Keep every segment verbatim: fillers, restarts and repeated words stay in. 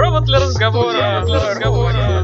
Робот для разговора. Для разговора.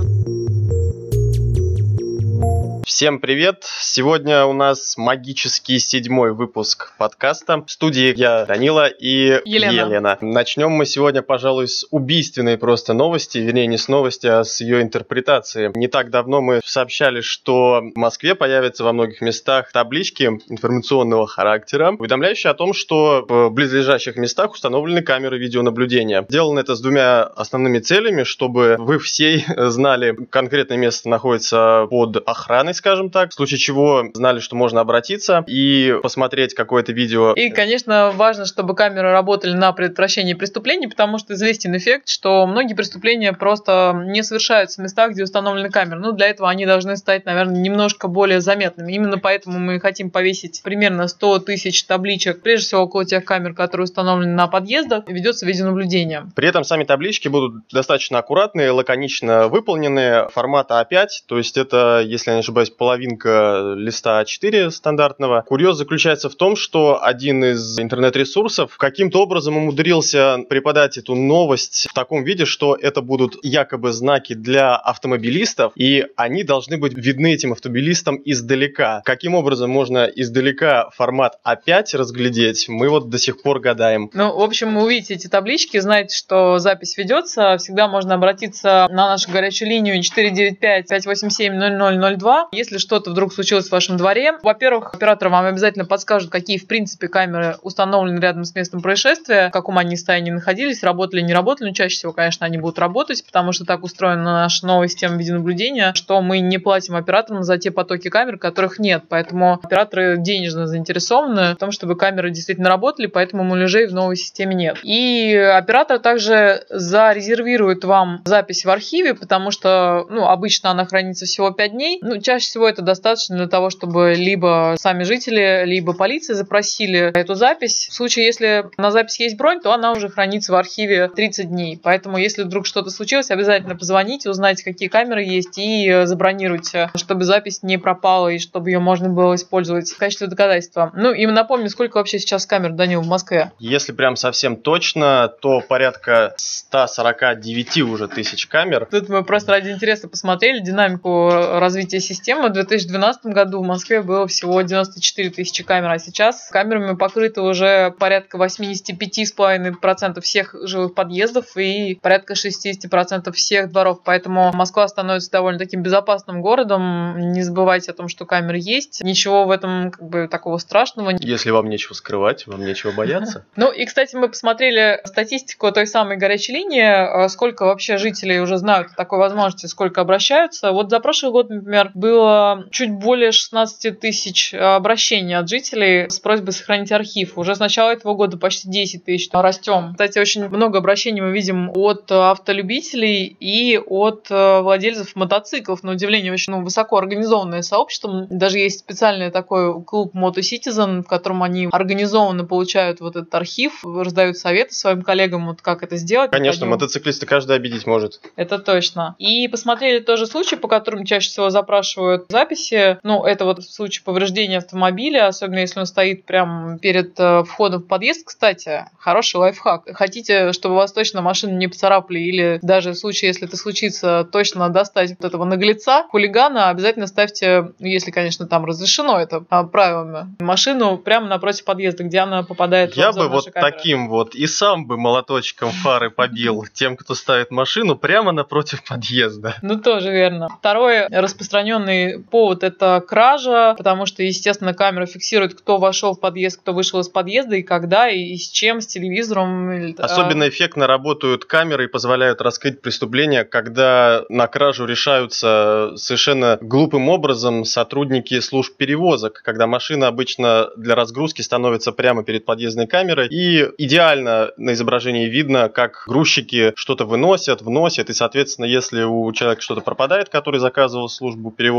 Всем привет! Сегодня у нас магический седьмой выпуск подкаста. В студии я, Данила и Елена. Елена. Начнем мы сегодня, пожалуй, с убийственной просто новости, вернее, не с новости, а с ее интерпретации. Не так давно мы сообщали, что в Москве появятся во многих местах таблички информационного характера, уведомляющие о том, что в близлежащих местах установлены камеры видеонаблюдения. Сделано это с двумя основными целями, чтобы вы все знали, конкретное место находится под охраной, скажем так, в случае чего знали, что можно обратиться и посмотреть какое-то видео. И, конечно, важно, чтобы камеры работали на предотвращение преступлений, потому что известен эффект, что многие преступления просто не совершаются в местах, где установлены камеры. Ну, для этого они должны стать, наверное, немножко более заметными. Именно поэтому мы хотим повесить примерно сто тысяч табличек, прежде всего около тех камер, которые установлены на подъездах, и ведется видеонаблюдение. При этом сами таблички будут достаточно аккуратные, лаконично выполненные, формата а пять, то есть это, если я не ошибаюсь, половинка листа а четыре стандартного. Курьез заключается в том, что один из интернет-ресурсов каким-то образом умудрился преподать эту новость в таком виде, что это будут якобы знаки для автомобилистов, и они должны быть видны этим автомобилистам издалека. Каким образом можно издалека формат а пять разглядеть, мы вот до сих пор гадаем. Ну, в общем, вы увидите эти таблички, знаете, что запись ведется. Всегда можно обратиться на нашу горячую линию четыре девять пять пять восемь семь ноль ноль ноль два. Если что-то вдруг случилось в вашем дворе, во-первых, операторы вам обязательно подскажут, какие, в принципе, камеры установлены рядом с местом происшествия, в каком они состоянии находились, работали, не работали. Но чаще всего, конечно, они будут работать, потому что так устроена наша новая система видеонаблюдения, что мы не платим операторам за те потоки камер, которых нет. Поэтому операторы денежно заинтересованы в том, чтобы камеры действительно работали, поэтому муляжей в новой системе нет. И оператор также зарезервирует вам запись в архиве, потому что, ну, обычно она хранится всего пять дней. Ну, чаще всего это достаточно для того, чтобы либо сами жители, либо полиция запросили эту запись. В случае, если на запись есть бронь, то она уже хранится в архиве тридцать дней. Поэтому, если вдруг что-то случилось, обязательно позвоните, узнайте, какие камеры есть, и забронируйте, чтобы запись не пропала и чтобы ее можно было использовать в качестве доказательства. Ну, и напомню, сколько вообще сейчас камер, Данил, в Москве? Если прям совсем точно, то порядка сто сорок девять уже тысяч камер. Тут мы просто ради интереса посмотрели динамику развития системы. В две тысячи двенадцатом году в Москве было всего девяносто четыре тысячи камер, а сейчас камерами покрыто уже порядка восемьдесят пять целых пять десятых процента всех жилых подъездов и порядка шестьдесят процентов всех дворов. Поэтому Москва становится довольно таким безопасным городом. Не забывайте о том, что камеры есть. Ничего в этом как бы такого страшного. Если вам нечего скрывать, вам нечего бояться. Ну и, кстати, мы посмотрели статистику той самой горячей линии, сколько вообще жителей уже знают о такой возможности, сколько обращаются. Вот за прошлый год, например, было чуть более шестнадцать тысяч обращений от жителей с просьбой сохранить архив. Уже с начала этого года почти десять тысяч. Растем. Кстати, очень много обращений мы видим от автолюбителей и от владельцев мотоциклов. На удивление, очень ну, высоко организованное сообщество. Даже есть специальный такой клуб Moto Citizen, в котором они организованно получают вот этот архив, раздают советы своим коллегам, вот как это сделать. Конечно, Пойдем. мотоциклиста каждый обидеть может. Это точно. И посмотрели тоже случаи, по которым чаще всего запрашивают записи. Ну, это вот случай повреждения автомобиля, особенно если он стоит прямо перед э, входом в подъезд. Кстати, хороший лайфхак. Хотите, чтобы вас точно машину не поцарапали, или даже в случае, если это случится, точно достать вот этого наглеца, хулигана, обязательно ставьте, если, конечно, там разрешено это правилами, машину прямо напротив подъезда, где она попадает в Я обзор бы вот нашей камеры. таким вот и сам бы молоточком фары побил тем, кто ставит машину прямо напротив подъезда. Ну, тоже верно. Второй распространенный повод – это кража, потому что, естественно, камера фиксирует, кто вошел в подъезд, кто вышел из подъезда, и когда, и с чем, с телевизором. Особенно эффектно работают камеры и позволяют раскрыть преступления, когда на кражу решаются совершенно глупым образом сотрудники служб перевозок, когда машина обычно для разгрузки становится прямо перед подъездной камерой, и идеально на изображении видно, как грузчики что-то выносят, вносят, и, соответственно, если у человека что-то пропадает, который заказывал службу перевозок,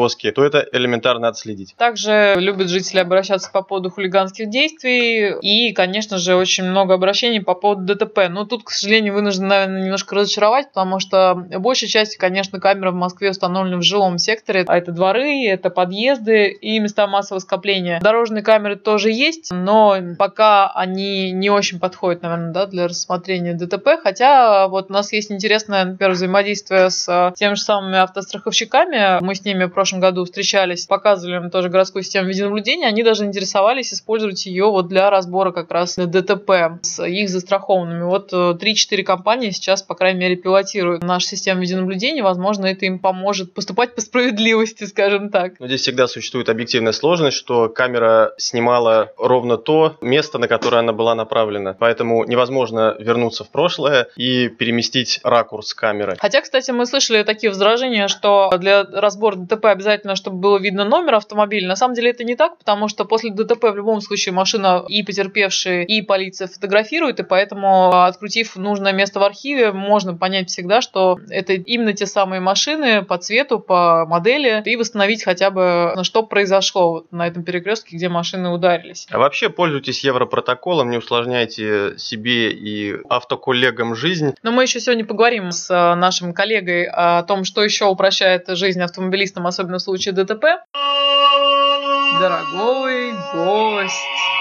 перекрестке, то это элементарно отследить. Также любят жители обращаться по поводу хулиганских действий и, конечно же, очень много обращений по поводу ДТП. Но тут, к сожалению, вынужден, наверное, немножко разочаровать, потому что большей частью, конечно, камеры в Москве установлены в жилом секторе, а это дворы, это подъезды и места массового скопления. Дорожные камеры тоже есть, но пока они не очень подходят, наверное, да, для рассмотрения ДТП, хотя вот у нас есть интересное, например, взаимодействие с теми же самыми автостраховщиками. Мы с ними в прошлом году встречались, показывали им тоже городскую систему видеонаблюдения, они даже интересовались использовать ее вот для разбора как раз ДТП с их застрахованными. Вот три-четыре компании сейчас, по крайней мере, пилотируют нашу систему видеонаблюдения, возможно, это им поможет поступать по справедливости, скажем так. Но здесь всегда существует объективная сложность, что камера снимала ровно то место, на которое она была направлена. Поэтому невозможно вернуться в прошлое и переместить ракурс камеры. Хотя, кстати, мы слышали такие возражения, что для разбора ДТП обязательно, чтобы было видно номер автомобиля. На самом деле это не так, потому что после ДТП в любом случае машина и потерпевшие, и полиция фотографируют, и поэтому, открутив нужное место в архиве, можно понять всегда, что это именно те самые машины по цвету, по модели, и восстановить хотя бы, что произошло вот на этом перекрестке, где машины ударились. А вообще пользуйтесь европротоколом, не усложняйте себе и автоколлегам жизнь. Но мы еще сегодня поговорим с нашим коллегой о том, что еще упрощает жизнь автомобилистам, особенно в случае ДТП. Дорогой гость.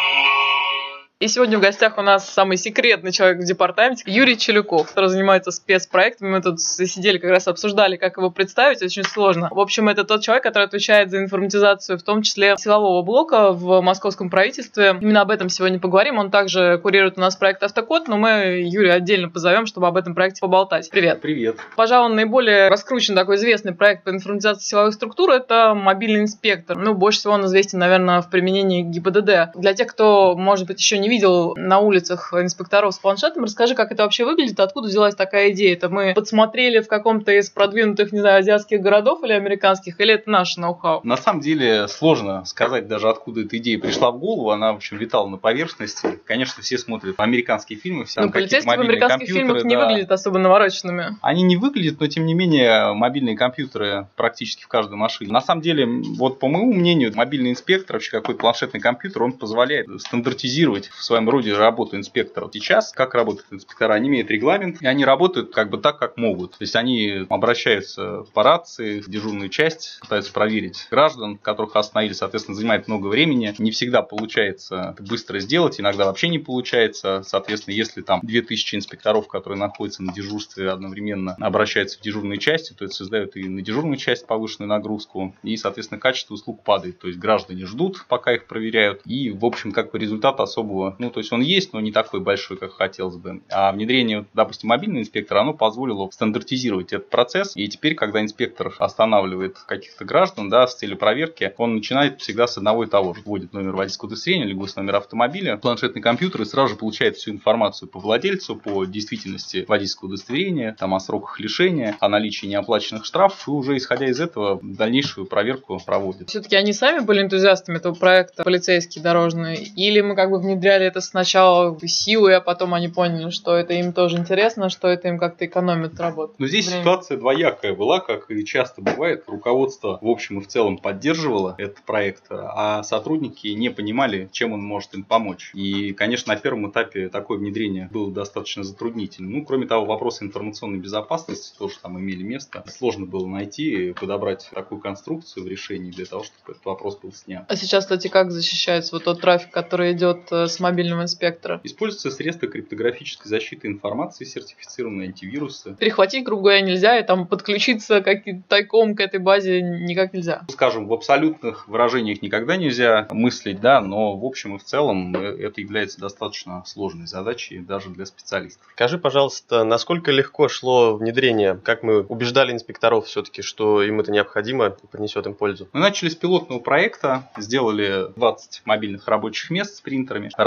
И сегодня в гостях у нас самый секретный человек в департаменте Юрий Челюков, который занимается спецпроектами. Мы тут сидели, как раз обсуждали, как его представить, очень сложно. В общем, это тот человек, который отвечает за информатизацию, в том числе силового блока в московском правительстве. Именно об этом сегодня поговорим. Он также курирует у нас проект «Автокод», но мы Юрия отдельно позовем, чтобы об этом проекте поболтать. Привет. Привет. Пожалуй, наиболее раскручен такой известный проект по информатизации силовых структур – это мобильный инспектор. Ну, больше всего он известен, наверное, в применении ГИБДД. Для тех, кто, может быть, еще не видел на улицах инспекторов с планшетом, расскажи, как это вообще выглядит, откуда взялась такая идея? Это мы подсмотрели в каком-то из продвинутых, не знаю, азиатских городов или американских, или это наше ноу-хау? На самом деле сложно сказать даже, откуда эта идея пришла в голову. Она, в общем, витала на поверхности. Конечно, все смотрят американские фильмы, все там какие-то мобильные компьютеры. Но полицейские в американских фильмах не выглядят особо навороченными. Они не выглядят, но тем не менее мобильные компьютеры практически в каждой машине. На самом деле, вот по моему мнению, мобильный инспектор, вообще какой-то планшетный компьютер, он позволяет стандартизировать в своем роде работу инспекторов. Сейчас, как работают инспектора, они имеют регламент, и они работают как бы так, как могут. То есть они обращаются по рации, в дежурную часть, пытаются проверить граждан, которых остановили, соответственно, занимает много времени. Не всегда получается быстро сделать, иногда вообще не получается. Соответственно, если там две тысячи инспекторов, которые находятся на дежурстве, одновременно обращаются в дежурные части, то это создает и на дежурную часть повышенную нагрузку, и, соответственно, качество услуг падает. То есть граждане ждут, пока их проверяют, и, в общем, как бы результат особого, ну, то есть он есть, но не такой большой, как хотелось бы. А внедрение, допустим, мобильного инспектора, оно позволило стандартизировать этот процесс. И теперь, когда инспектор останавливает каких-то граждан, да, с целью проверки, он начинает всегда с одного и того же. Вводит номер водительского удостоверения, либо с номера автомобиля, планшетный компьютер, и сразу же получает всю информацию по владельцу, по действительности водительского удостоверения, там, о сроках лишения, о наличии неоплаченных штрафов, и уже исходя из этого дальнейшую проверку проводит. Все-таки они сами были энтузиастами этого проекта, полицейские дорожные, или мы как бы внедряли это сначала силой, а потом они поняли, что это им тоже интересно, что это им как-то экономит работу. Но здесь Время. Ситуация двоякая была, как и часто бывает. Руководство в общем и в целом поддерживало этот проект, а сотрудники не понимали, чем он может им помочь. И, конечно, на первом этапе такое внедрение было достаточно затруднительно. Ну, кроме того, вопросы информационной безопасности тоже там имели место. Сложно было найти, подобрать такую конструкцию в решении для того, чтобы этот вопрос был снят. А сейчас, кстати, как защищается вот тот трафик, который идет с мобильного инспектора? Используются средства криптографической защиты информации, сертифицированные антивирусы. Перехватить, грубо говоря, нельзя, и там подключиться как тайком к этой базе никак нельзя. Скажем, в абсолютных выражениях никогда нельзя мыслить, да, но в общем и в целом это является достаточно сложной задачей даже для специалистов. Скажи, пожалуйста, насколько легко шло внедрение? Как мы убеждали инспекторов все-таки, что им это необходимо и принесет им пользу? Мы начали с пилотного проекта, сделали двадцать мобильных рабочих мест с принтерами,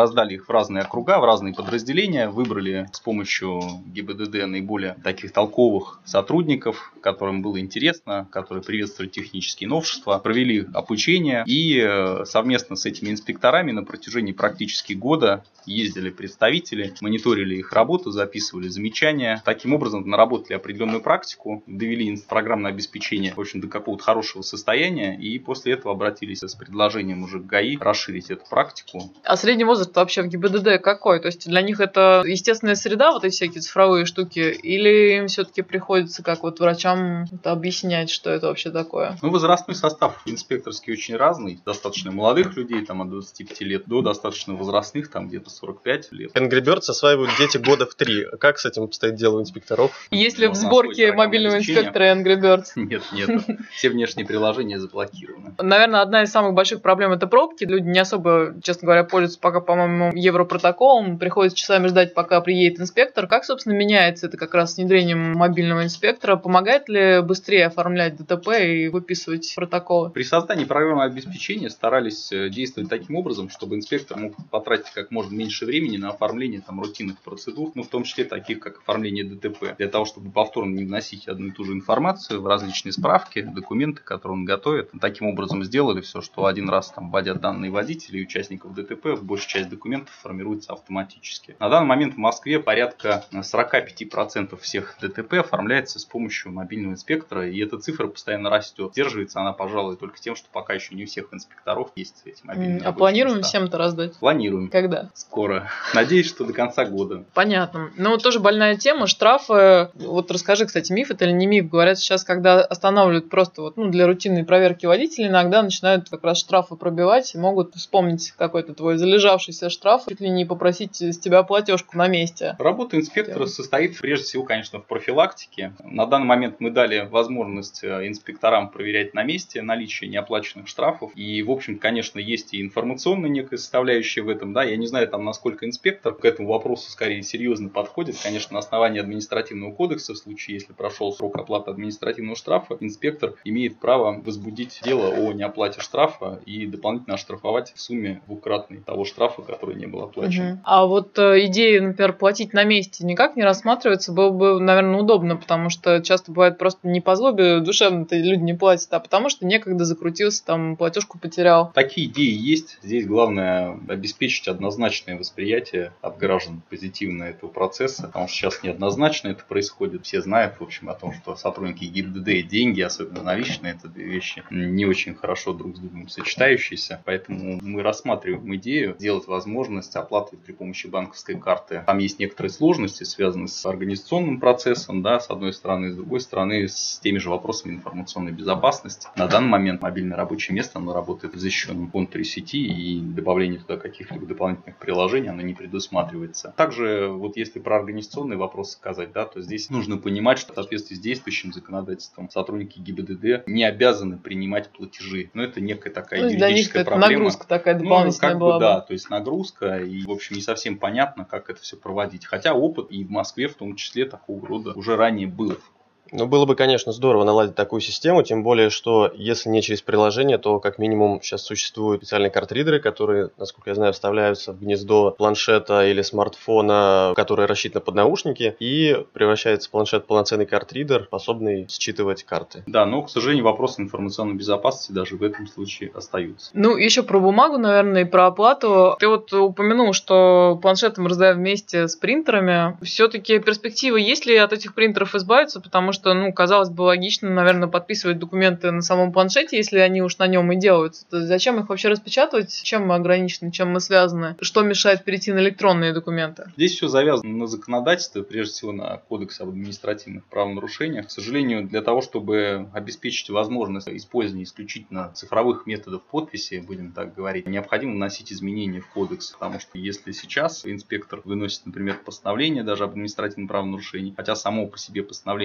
раздали их в разные округа, в разные подразделения, выбрали с помощью ГИБДД наиболее таких толковых сотрудников, которым было интересно, которые приветствовали технические новшества, провели обучение и совместно с этими инспекторами на протяжении практически года ездили представители, мониторили их работу, записывали замечания. Таким образом, наработали определенную практику, довели программное обеспечение, в общем, до какого-то хорошего состояния, и после этого обратились с предложением уже к ГАИ расширить эту практику. А средний возраст вообще в ГИБДД какой? То есть для них это естественная среда, вот эти всякие цифровые штуки, или им все-таки приходится, как вот врачам, это объяснять, что это вообще такое? Ну, возрастной состав инспекторский очень разный. Достаточно молодых людей, там, от двадцати пяти лет, до достаточно возрастных, там, где-то сорок пять лет. Angry Birds осваивают дети года в три. Как с этим обстоит дело у инспекторов? Есть ли в сборке мобильного инспектора Angry Birds? Нет, нет. Все внешние приложения заблокированы. Наверное, одна из самых больших проблем — это пробки. Люди не особо, честно говоря, пользуются пока, по-моему, европротоколом. Приходится часами ждать, пока приедет инспектор. Как, собственно, меняется это как раз с внедрением мобильного инспектора? Помогает ли быстрее оформлять ДТП и выписывать протоколы? При создании программы обеспечения старались действовать таким образом, чтобы инспектор мог потратить как можно меньше времени на оформление там, рутинных процедур, ну, в том числе таких, как оформление ДТП, для того, чтобы повторно не вносить одну и ту же информацию в различные справки, документы, которые он готовит. Таким образом сделали все, что один раз там вводя данные водителей и участников ДТП, большая часть документов формируется автоматически. На данный момент в Москве порядка сорок пять процентов всех ДТП оформляется с помощью мобильного инспектора, и эта цифра постоянно растет. Держится она, пожалуй, только тем, что пока еще не у всех инспекторов есть эти мобильные. А планируем места. Всем это раздать? Планируем. Когда? Скоро. Надеюсь, что до конца года. Понятно. Ну, вот тоже больная тема, штрафы. Вот расскажи, кстати, миф это или не миф? Говорят, сейчас, когда останавливают просто вот, ну, для рутинной проверки водителей, иногда начинают как раз штрафы пробивать и могут вспомнить какой-то твой залежавшийся штраф, чуть ли не попросить с тебя платежку на месте. Работа инспектора состоит прежде всего, конечно, в профилактике. На данный момент мы дали возможность инспекторам проверять на месте наличие неоплаченных штрафов. И, в общем, конечно, есть и информационная некая составляющая в этом. Да, я не знаю, там, насколько инспектор к этому вопросу скорее серьезно подходит. Конечно, на основании административного кодекса, в случае, если прошел срок оплаты административного штрафа, инспектор имеет право возбудить дело о неоплате штрафа и дополнительно оштрафовать в сумме двукратной того штрафа, который не был оплачен. Угу. А вот э, идея, например, платить на месте никак не рассматривается, было бы, наверное, удобно, потому что часто бывает просто не по злобе душевно-то люди не платят, а потому что некогда закрутился, там, платежку потерял. Такие идеи есть. Здесь главное обеспечить однозначное восприятие от граждан позитивно этого процесса, потому что сейчас неоднозначно это происходит. Все знают, в общем, о том, что сотрудники ГИБДД и деньги, особенно наличные, это две вещи не очень хорошо друг с другом сочетающиеся. Поэтому мы рассматриваем идею сделать возможность оплаты при помощи банковской карты. Там есть некоторые сложности, связанные с организационным процессом, да, с одной стороны, с другой стороны, с теми же вопросами информационной безопасности. На данный момент мобильное рабочее место, оно работает в защищенном контуре сети, и добавление туда каких-либо дополнительных приложений оно не предусматривается. Также, вот если про организационный вопрос сказать, да, то здесь нужно понимать, что в соответствии с действующим законодательством сотрудники ГИБДД не обязаны принимать платежи. Но это некая такая ну, юридическая для них проблема. Нагрузка такая дополнительная ну, как была. бы, да, то есть нагрузка, и, в общем, не совсем понятно, как это все проводить. Хотя опыт и в Москве в том числе такого рода уже ранее был. Ну, было бы, конечно, здорово наладить такую систему, тем более, что если не через приложение, то как минимум сейчас существуют специальные картридеры, которые, насколько я знаю, вставляются в гнездо планшета или смартфона, который рассчитан под наушники, и превращается планшет в полноценный картридер, способный считывать карты. Да, но, к сожалению, вопросы информационной безопасности даже в этом случае остаются. Ну, еще про бумагу, наверное, и про оплату. Ты вот упомянул, что планшеты мы раздаем вместе с принтерами. Все-таки перспективы есть ли от этих принтеров избавиться, потому что что, ну, казалось бы, логично, наверное, подписывать документы на самом планшете, если они уж на нем и делаются. То зачем их вообще распечатывать? Чем мы ограничены, чем мы связаны? Что мешает перейти на электронные документы? Здесь все завязано на законодательстве, прежде всего на кодексе об административных правонарушениях. К сожалению, для того, чтобы обеспечить возможность использования исключительно цифровых методов подписи, будем так говорить, необходимо вносить изменения в кодекс, потому что если сейчас инспектор выносит, например, постановление даже об административном правонарушении, хотя само по себе постановление не требует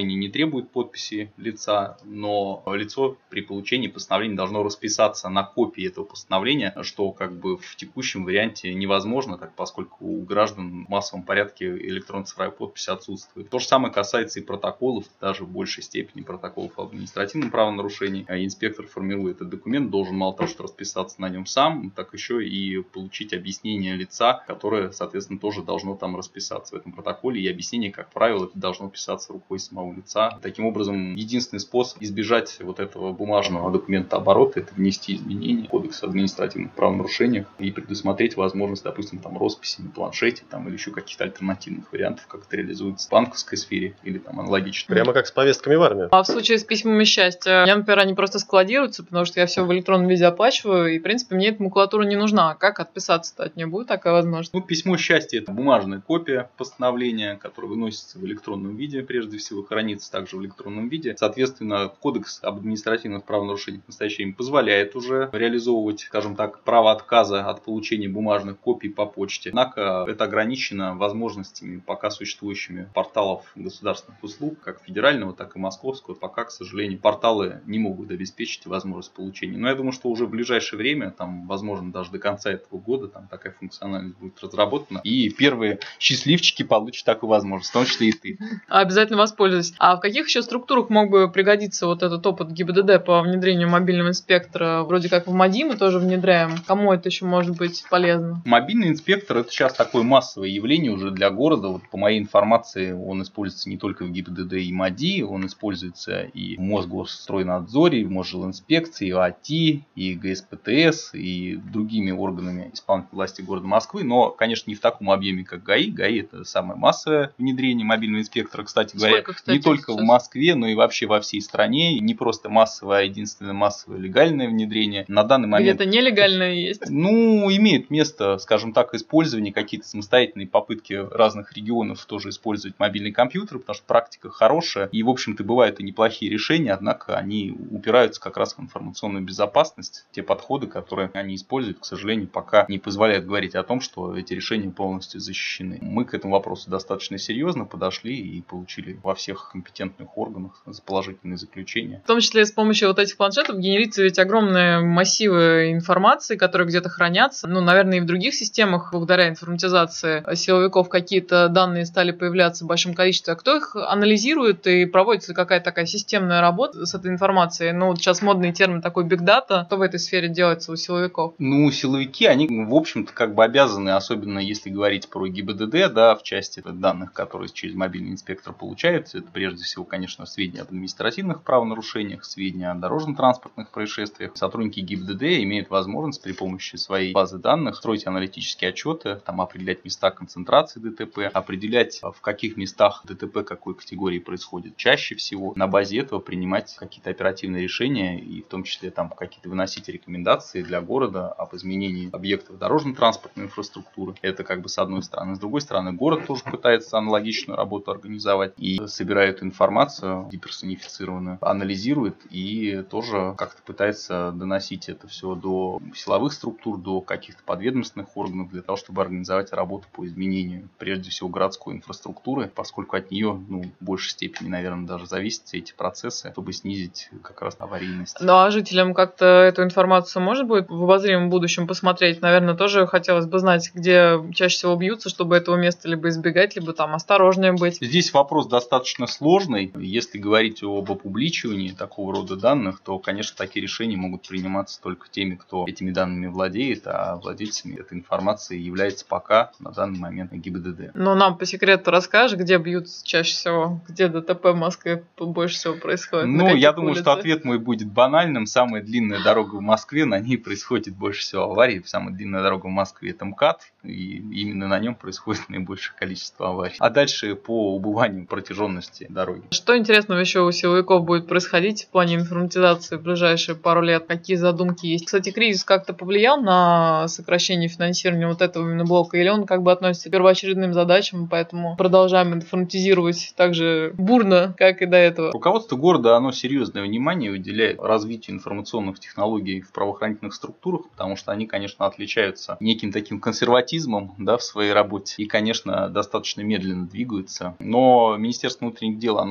требует подписи лица, но лицо при получении постановления должно расписаться на копии этого постановления, что как бы в текущем варианте невозможно, так, поскольку у граждан в массовом порядке электронная цифровая подпись отсутствует. То же самое касается и протоколов, даже в большей степени протоколов об административном правонарушении. Инспектор, формируя этот документ, должен мало того, что расписаться на нем сам, так еще и получить объяснение лица, которое, соответственно, тоже должно там расписаться в этом протоколе. И объяснение, как правило, это должно писаться рукой самого лица. Таким образом, единственный способ избежать вот этого бумажного документа оборота — это внести изменения в Кодекс административных правонарушений и предусмотреть возможность, допустим, там росписи на планшете там, или еще каких-то альтернативных вариантов, как это реализуется в банковской сфере или там аналогично. Прямо как с повестками в армию. А в случае с письмами счастья, я, например, они просто складируются, потому что я все в электронном виде оплачиваю, и, в принципе, мне эта макулатура не нужна. Как отписаться-то от нее? Будет такая возможность? Ну, письмо счастья — это бумажная копия постановления, которое выносится в электронном виде, прежде всего, хранится также в электронном виде. Соответственно, Кодекс об административных правонарушениях в настоящее время позволяет уже реализовывать, скажем так, право отказа от получения бумажных копий по почте. Однако это ограничено возможностями пока существующими порталов государственных услуг, как федерального, так и московского. Пока, к сожалению, порталы не могут обеспечить возможность получения. Но я думаю, что уже в ближайшее время, там, возможно, даже до конца этого года, там такая функциональность будет разработана. И первые счастливчики получат такую возможность, в том числе и ты. Обязательно воспользуюсь. А в каких еще структурах мог бы пригодиться вот этот опыт ГИБДД по внедрению мобильного инспектора? Вроде как в МАДИ мы тоже внедряем. Кому это еще может быть полезно? Мобильный инспектор — это сейчас такое массовое явление уже для города. Вот по моей информации, он используется не только в ГИБДД и МАДИ, он используется и в Мосгосстройнадзоре, и в Мосжилинспекции, и в АТИ, и ГСПТС, и другими органами исполнительной власти города Москвы. Но, конечно, не в таком объеме, как ГАИ. ГАИ — это самое массовое внедрение мобильного инспектора. Кстати говоря, Сколько, кстати, не только сейчас? в Москве, но и вообще во всей стране. Не просто массовое, а единственное массовое легальное внедрение. На данный момент... Где-то нелегальное есть? Ну, имеет место, скажем так, использование, какие-то самостоятельные попытки разных регионов тоже использовать мобильный компьютер, потому что практика хорошая. И, в общем-то, бывают и неплохие решения, однако они упираются как раз в информационную безопасность. Те подходы, которые они используют, к сожалению, пока не позволяют говорить о том, что эти решения полностью защищены. Мы к этому вопросу достаточно серьезно подошли и получили во всех компетентных органах положительные заключения. В том числе с помощью вот этих планшетов генерится ведь огромные массивы информации, которые где-то хранятся. Ну, наверное, и в других системах, благодаря информатизации силовиков, какие-то данные стали появляться в большом количестве. А кто их анализирует и проводится какая-то такая системная работа с этой информацией? Ну, вот сейчас модный термин такой big data. Что в этой сфере делается у силовиков? Ну, силовики, они, в общем-то, как бы обязаны, особенно если говорить про ГИБДД, да, в части данных, которые через мобильный инспектор получаются, это прежде всего, конечно, сведения об административных правонарушениях, сведения о дорожно-транспортных происшествиях. Сотрудники ГИБДД имеют возможность при помощи своей базы данных строить аналитические отчеты, там, определять места концентрации ДТП, определять, в каких местах ДТП какой категории происходит чаще всего. На базе этого принимать какие-то оперативные решения и в том числе там какие-то выносить рекомендации для города об изменении объектов дорожно-транспортной инфраструктуры. Это как бы с одной стороны. С другой стороны, город тоже пытается аналогичную работу организовать и собирает информацию гиперсонифицированную, анализирует и тоже как-то пытается доносить это все до силовых структур, до каких-то подведомственных органов для того, чтобы организовать работу по изменению, прежде всего, городской инфраструктуры, поскольку от нее, ну, в большей степени, наверное, даже зависят все эти процессы, чтобы снизить как раз аварийность. Ну, а жителям как-то эту информацию можно будет в обозримом будущем посмотреть? Наверное, тоже хотелось бы знать, где чаще всего бьются, чтобы этого места либо избегать, либо там осторожнее быть. Здесь вопрос достаточно сложный. Если говорить об опубличивании такого рода данных, то, конечно, такие решения могут приниматься только теми, кто этими данными владеет, а владельцами этой информации является пока на данный момент ГИБДД. Но нам по секрету расскажешь, где бьются чаще всего, где ДТП в Москве больше всего происходит? Ну, я думаю, улице? что ответ мой будет банальным. Самая длинная дорога в Москве, на ней происходит больше всего аварий. Самая длинная дорога в Москве — это МКАД, и именно на нем происходит наибольшее количество аварий. А дальше по убыванию протяженности дороги. Что интересного еще у силовиков будет происходить в плане информатизации в ближайшие пару лет? Какие задумки есть? Кстати, кризис как-то повлиял на сокращение финансирования вот этого именно блока, или он как бы относится к первоочередным задачам, поэтому продолжаем информатизировать так же бурно, как и до этого? Руководство города, оно серьезное внимание уделяет развитию информационных технологий в правоохранительных структурах, потому что они, конечно, отличаются неким таким консерватизмом, да, в своей работе и, конечно, достаточно медленно двигаются. Но Министерство внутренних дел, оно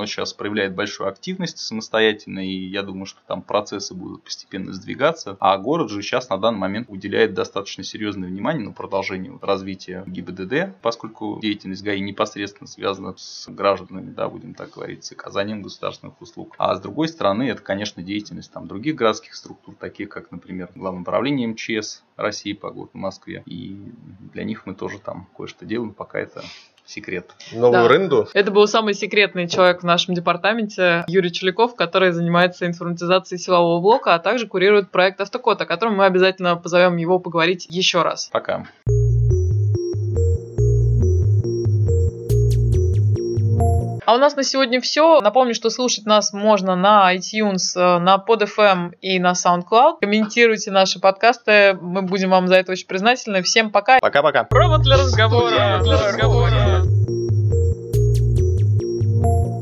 оно сейчас проявляет большую активность самостоятельно, и я думаю, что там процессы будут постепенно сдвигаться. А город же сейчас на данный момент уделяет достаточно серьезное внимание на продолжение вот развития ГИБДД, поскольку деятельность ГАИ непосредственно связана с гражданами, да, будем так говорить, с оказанием государственных услуг. А с другой стороны, это, конечно, деятельность там других городских структур, таких как, например, Главное управление МЧС России по городу Москве. И для них мы тоже там кое-что делаем, пока это секрет. Новую Да. рынду? Это был самый секретный человек в нашем департаменте, Юрий Чуляков, который занимается информатизацией силового блока, а также курирует проект «Автокод», о котором мы обязательно позовем его поговорить еще раз. Пока. А у нас на сегодня все. Напомню, что слушать нас можно на iTunes, на PodFM и на SoundCloud. Комментируйте наши подкасты. Мы будем вам за это очень признательны. Всем пока. Пока-пока. Провод для разговора. Для разговора.